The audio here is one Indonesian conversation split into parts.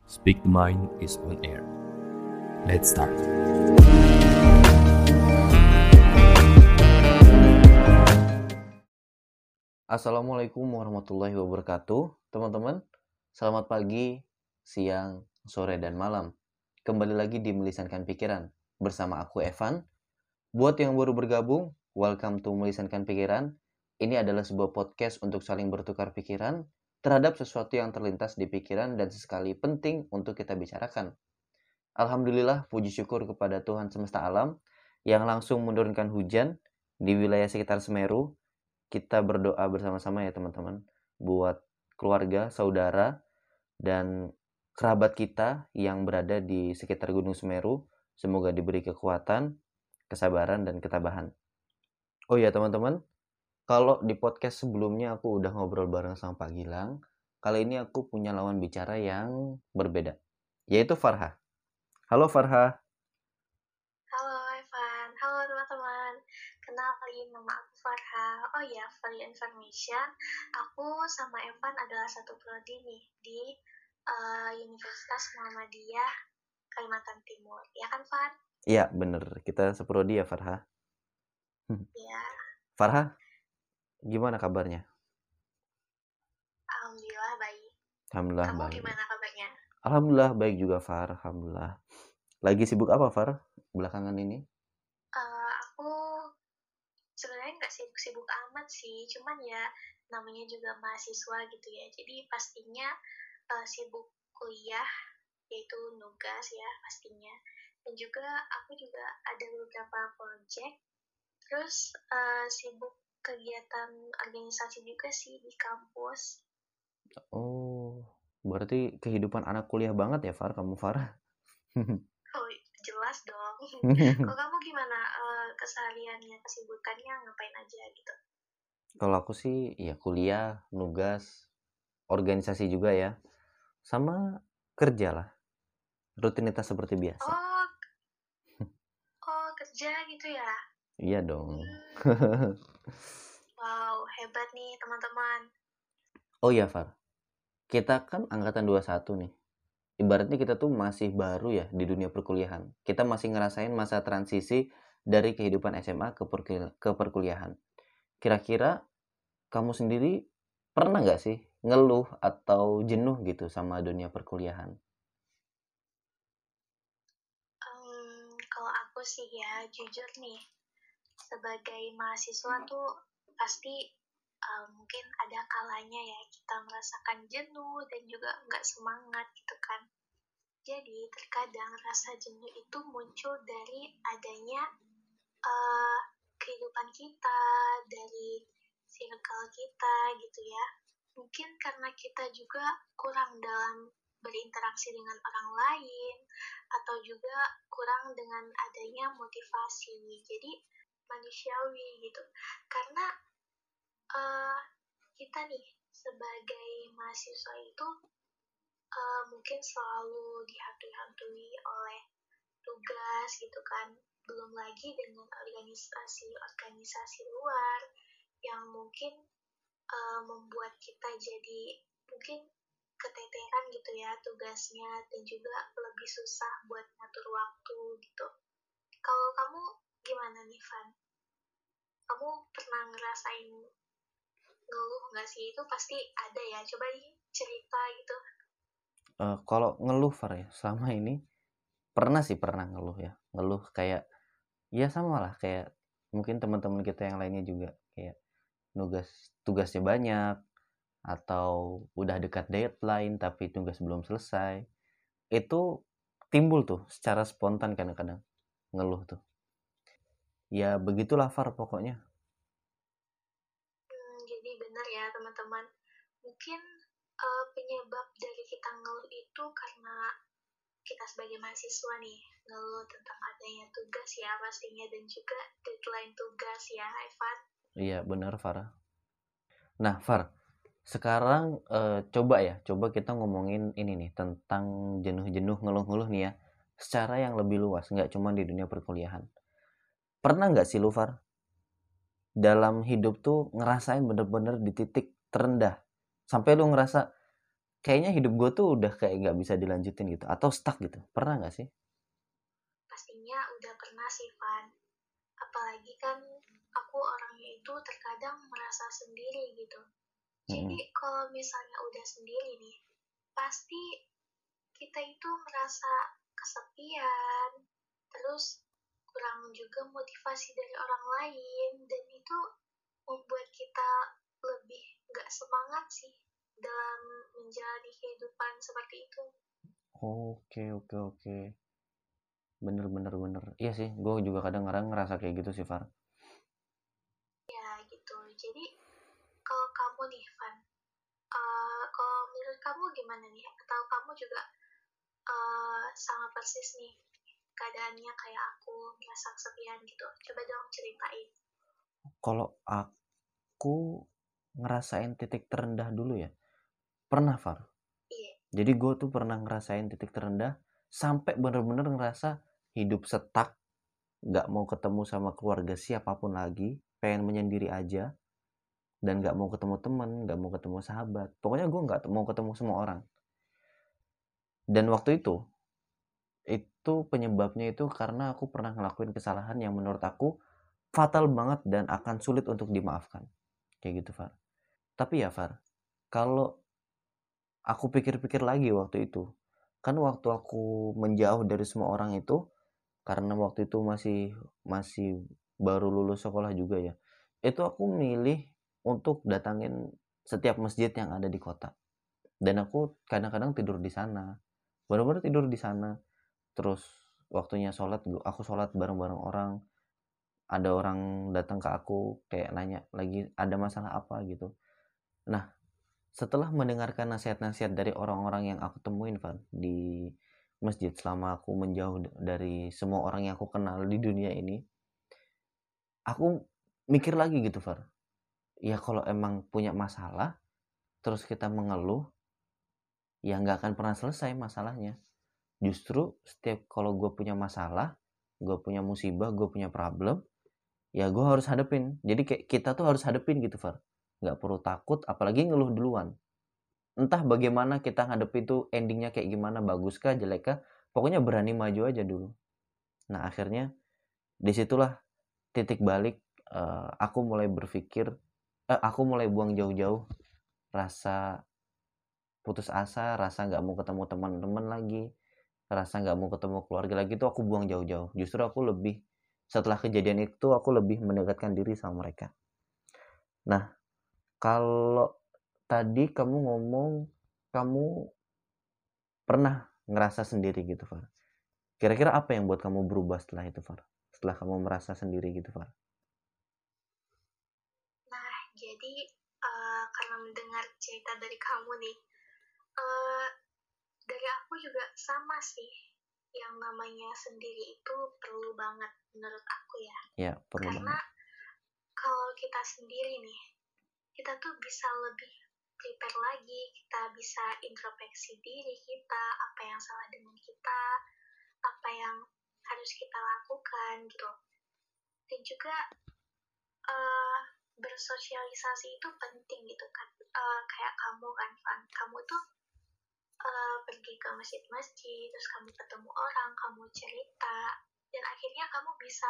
Speak the Mind is on air. Let's start. Assalamualaikum warahmatullahi wabarakatuh. Teman-teman, selamat pagi, siang, sore, dan malam. Kembali lagi di Melisankan Pikiran bersama aku Evan. Buat yang baru bergabung, welcome to Melisankan Pikiran. Ini adalah sebuah podcast untuk saling bertukar pikiran terhadap sesuatu yang terlintas di pikiran dan sesekali penting untuk kita bicarakan. Alhamdulillah, puji syukur kepada Tuhan semesta alam yang langsung menurunkan hujan di wilayah sekitar Semeru. Kita berdoa bersama-sama ya teman-teman, buat keluarga, saudara, dan kerabat kita yang berada di sekitar Gunung Semeru. Semoga diberi kekuatan, kesabaran, dan ketabahan. Oh ya teman-teman, kalau di podcast sebelumnya aku udah ngobrol bareng sama Pak Gilang, kali ini aku punya lawan bicara yang berbeda, yaitu Farha. Halo Farha. Halo Evan, halo teman-teman. Kenalin, nama aku Farha. Oh ya, for your information, aku sama Evan adalah satu prodi nih di Universitas Muhammadiyah Kalimantan Timur. Ya kan, Van? Iya bener, kita seprodi ya Farha. Ya. Farha, gimana kabarnya? Alhamdulillah baik. Alhamdulillah Kamu baik. gimana kabarnya? Alhamdulillah baik juga Far, alhamdulillah. Lagi sibuk apa Far belakangan ini? Aku sebenarnya nggak sibuk-sibuk amat sih, cuman ya namanya juga mahasiswa gitu ya. Jadi pastinya sibuk kuliah, yaitu nugas ya pastinya. Dan juga aku juga ada beberapa project. Terus sibuk kegiatan organisasi juga sih di kampus. Oh, berarti kehidupan anak kuliah banget ya Far, kamu Far? Oh jelas dong. Kalau kamu gimana kesehariannya, kesibukannya ngapain aja gitu? Kalau aku sih ya kuliah, nugas, organisasi juga ya, sama kerja lah, rutinitas seperti biasa. Oh kerja gitu ya? Iya dong. Wow, hebat nih teman-teman. Oh iya Far, kita kan angkatan 21 nih. Ibaratnya kita tuh masih baru ya di dunia perkuliahan. Kita masih ngerasain masa transisi dari kehidupan SMA ke perkuliahan. Kira-kira kamu sendiri pernah nggak sih ngeluh atau jenuh gitu sama dunia perkuliahan? Kalau aku sih ya jujur nih, sebagai mahasiswa tuh pasti mungkin ada kalanya ya kita merasakan jenuh dan juga nggak semangat gitu kan. Jadi terkadang rasa jenuh itu muncul dari adanya kehidupan kita, dari circle kita gitu ya. Mungkin karena kita juga kurang dalam berinteraksi dengan orang lain, atau juga kurang dengan adanya motivasi. Jadi manusiawi gitu. Karena kita nih sebagai mahasiswa itu mungkin selalu dihantui oleh tugas gitu kan, belum lagi dengan organisasi-organisasi luar yang mungkin membuat kita jadi mungkin keteteran gitu ya tugasnya, dan juga lebih susah buat ngatur waktu gitu. Kalau kamu gimana nih Van? Kamu pernah ngerasain ngeluh nggak sih? Itu pasti ada ya, coba cerita gitu. Kalau ngeluh Far ya, selama ini pernah ngeluh ya. Ngeluh kayak ya sama lah kayak mungkin teman-teman kita yang lainnya juga, kayak tugasnya banyak atau udah dekat deadline tapi tugas belum selesai. Itu timbul tuh secara spontan kadang-kadang ngeluh tuh. Ya begitulah Far pokoknya. Jadi benar ya teman-teman, mungkin penyebab dari kita ngeluh itu karena kita sebagai mahasiswa nih ngeluh tentang adanya tugas ya pastinya, dan juga deadline tugas ya Evan. Iya benar Far. Nah Far, sekarang coba kita ngomongin ini nih tentang jenuh-jenuh ngeluh-ngeluh nih ya, secara yang lebih luas, nggak cuma di dunia perkuliahan. Pernah nggak sih lu Far dalam hidup tuh ngerasain bener-bener di titik terendah sampai lu ngerasa kayaknya hidup gue tuh udah kayak nggak bisa dilanjutin gitu atau stuck gitu. Pernah nggak sih? Pastinya udah pernah sih, Van. Apalagi kan aku orangnya itu terkadang merasa sendiri gitu. Jadi kalau misalnya udah sendiri nih, pasti kita itu merasa kesepian, terus kurang juga motivasi dari orang lain, dan itu membuat kita lebih nggak semangat sih dalam menjalani kehidupan seperti itu. Oke. Bener. Iya sih, gue juga kadang-kadang ngerasa kayak gitu sih, Far. Ya gitu. Jadi kalau kamu nih, Van, kalau menurut kamu gimana nih? Atau kamu juga sama persis nih keadaannya kayak aku, merasa kesepian gitu? Coba dong ceritain. Kalau aku ngerasain titik terendah dulu ya, pernah, Far. Iya. Jadi gue tuh pernah ngerasain titik terendah sampai bener-bener ngerasa hidup stuck, gak mau ketemu sama keluarga siapapun lagi, pengen menyendiri aja, dan gak mau ketemu temen, gak mau ketemu sahabat. Pokoknya gue gak mau ketemu semua orang. Dan waktu itu penyebabnya itu karena aku pernah ngelakuin kesalahan yang menurut aku fatal banget dan akan sulit untuk dimaafkan. Kayak gitu, Far. Tapi ya, Far, kalau aku pikir-pikir lagi waktu itu, kan waktu aku menjauh dari semua orang itu, karena waktu itu masih baru lulus sekolah juga ya, itu aku milih untuk datangin setiap masjid yang ada di kota. Dan aku kadang-kadang tidur di sana, benar-benar tidur di sana. Terus waktunya sholat, aku sholat bareng-bareng orang. Ada orang datang ke aku kayak nanya lagi ada masalah apa gitu. Nah, setelah mendengarkan nasihat-nasihat dari orang-orang yang aku temuin, Van, di masjid selama aku menjauh dari semua orang yang aku kenal di dunia ini, aku mikir lagi gitu, Van. Ya kalau emang punya masalah, terus kita mengeluh, ya nggak akan pernah selesai masalahnya. Justru setiap kalau gue punya masalah, gue punya musibah, gue punya problem, ya gue harus hadepin. Jadi kayak kita tuh harus hadepin gitu, Far. Nggak perlu takut, apalagi ngeluh duluan. Entah bagaimana kita ngadepi itu endingnya kayak gimana, bagus kah, jelek kah, pokoknya berani maju aja dulu. Nah akhirnya disitulah titik balik, aku mulai berpikir, aku mulai buang jauh-jauh rasa putus asa, rasa nggak mau ketemu teman-teman lagi, rasa nggak mau ketemu keluarga lagi, itu aku buang jauh-jauh. Justru aku lebih, setelah kejadian itu aku lebih mendekatkan diri sama mereka. Nah, kalau tadi kamu ngomong kamu pernah ngerasa sendiri gitu, Far. Kira-kira apa yang buat kamu berubah setelah itu, Far? Setelah kamu merasa sendiri gitu, Far? Nah, jadi karena mendengar cerita dari kamu nih, uh, dari aku juga sama sih. Yang namanya sendiri itu perlu banget menurut aku ya. Ya, perlu Karena banget. kalau kita sendiri nih, kita tuh bisa lebih prepare lagi, kita bisa introspeksi diri kita, apa yang salah dengan kita, apa yang harus kita lakukan gitu. Dan juga bersosialisasi itu penting gitu kan. Kayak kamu kan, Van, kamu tuh pergi ke masjid-masjid, terus kamu ketemu orang, kamu cerita, dan akhirnya kamu bisa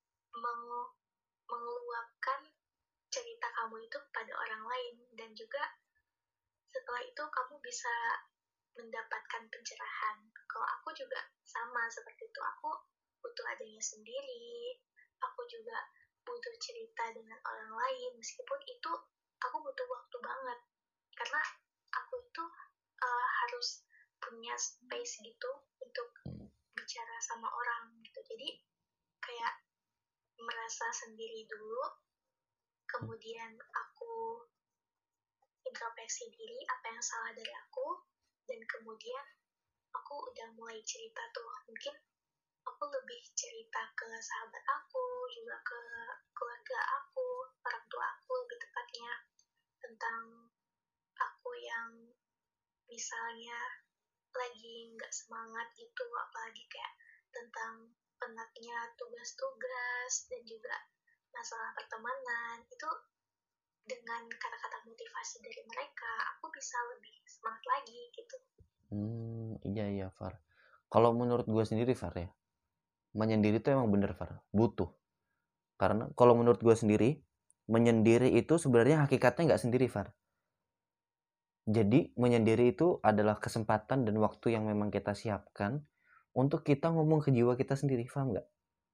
mengeluapkan cerita kamu itu pada orang lain, dan juga setelah itu kamu bisa mendapatkan pencerahan. Kalau aku juga sama seperti itu, aku butuh adanya sendiri, aku juga butuh cerita dengan orang lain, meskipun itu aku butuh waktu banget, karena aku itu harus punya space gitu untuk bicara sama orang gitu. Jadi kayak merasa sendiri dulu, kemudian aku introspeksi diri apa yang salah dari aku, dan kemudian aku udah mulai cerita tuh. Mungkin aku lebih cerita ke sahabat aku, juga ke keluarga aku, orang tua aku lebih tepatnya, tentang aku yang misalnya lagi nggak semangat gitu, apalagi kayak tentang penatnya tugas-tugas dan juga masalah pertemanan. Itu dengan kata-kata motivasi dari mereka, aku bisa lebih semangat lagi gitu. Iya Far. Kalau menurut gue sendiri Far ya, menyendiri itu emang bener Far, butuh. Karena kalau menurut gue sendiri, menyendiri itu sebenarnya hakikatnya nggak sendiri Far. Jadi menyendiri itu adalah kesempatan dan waktu yang memang kita siapkan untuk kita ngomong ke jiwa kita sendiri, paham nggak?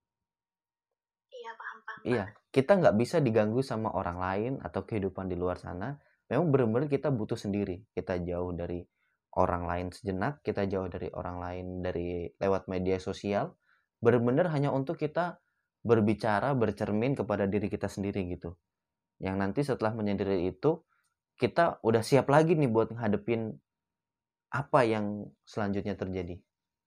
Iya, paham. Iya, kita nggak bisa diganggu sama orang lain atau kehidupan di luar sana. Memang benar-benar kita butuh sendiri. Kita jauh dari orang lain sejenak, kita jauh dari orang lain dari lewat media sosial. Benar-benar hanya untuk kita berbicara, bercermin kepada diri kita sendiri gitu. Yang nanti setelah menyendiri itu, kita udah siap lagi nih buat ngadepin apa yang selanjutnya terjadi.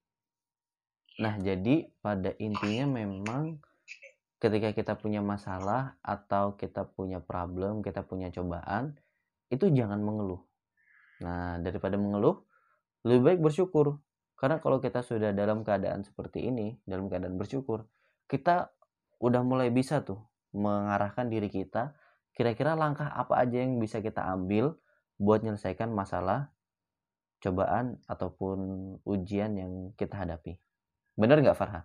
Nah, jadi pada intinya memang ketika kita punya masalah atau kita punya problem, kita punya cobaan, itu jangan mengeluh. Nah, daripada mengeluh, lebih baik bersyukur. Karena kalau kita sudah dalam keadaan seperti ini, dalam keadaan bersyukur, kita udah mulai bisa tuh mengarahkan diri kita, kira-kira langkah apa aja yang bisa kita ambil buat menyelesaikan masalah, cobaan, ataupun ujian yang kita hadapi. Bener nggak Farha?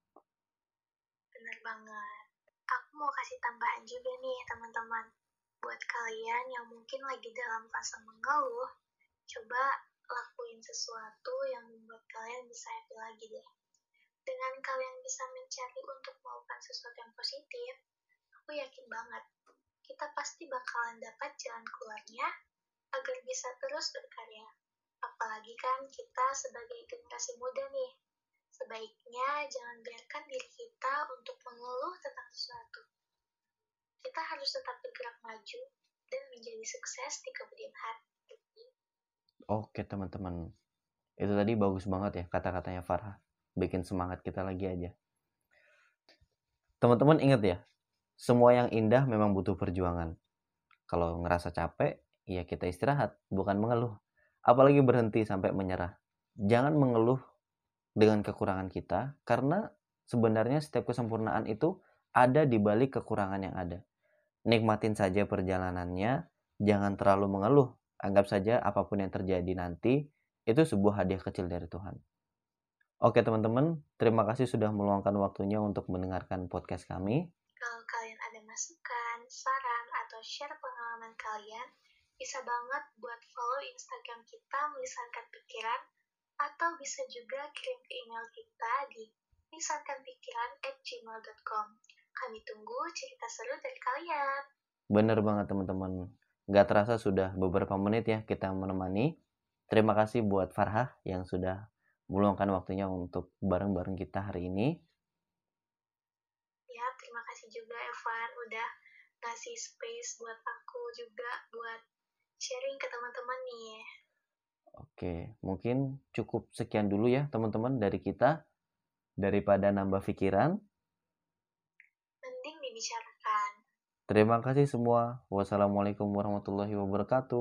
Bener banget. Aku mau kasih tambahan juga nih teman-teman. Buat kalian yang mungkin lagi dalam fase mengeluh, coba lakuin sesuatu yang membuat kalian bisa happy lagi deh. Dengan kalian bisa mencari untuk melakukan sesuatu yang positif, aku yakin banget kita pasti bakalan dapat jalan keluarnya agar bisa terus berkarya. Apalagi kan kita sebagai generasi muda nih, sebaiknya jangan biarkan diri kita untuk mengeluh tentang sesuatu. Kita harus tetap bergerak maju dan menjadi sukses di kemudian hari. Oke teman-teman, itu tadi bagus banget ya kata-katanya Farha. Bikin semangat kita lagi aja. Teman-teman ingat ya, semua yang indah memang butuh perjuangan. Kalau ngerasa capek, ya kita istirahat, bukan mengeluh. Apalagi berhenti sampai menyerah. Jangan mengeluh dengan kekurangan kita, karena sebenarnya setiap kesempurnaan itu ada di balik kekurangan yang ada. Nikmatin saja perjalanannya, jangan terlalu mengeluh. Anggap saja apapun yang terjadi nanti, itu sebuah hadiah kecil dari Tuhan. Oke teman-teman, terima kasih sudah meluangkan waktunya untuk mendengarkan podcast kami. Kalau kalian ada masukan, saran, atau share pengalaman kalian, bisa banget buat follow Instagram kita Melisankan Pikiran, atau bisa juga kirim ke email kita di melisankanpikiran@gmail.com. Kami tunggu cerita seru dari kalian. Bener banget teman-teman. Gak terasa sudah beberapa menit ya kita menemani. Terima kasih buat Farha yang sudah meluangkan waktunya untuk bareng-bareng kita hari ini. Ya, terima kasih juga Evan udah ngasih space buat aku juga buat sharing ke teman-teman nih. Oke, mungkin cukup sekian dulu ya teman-teman dari kita. Daripada nambah pikiran, Mending dibicarakan. terima kasih semua. Wassalamualaikum warahmatullahi wabarakatuh.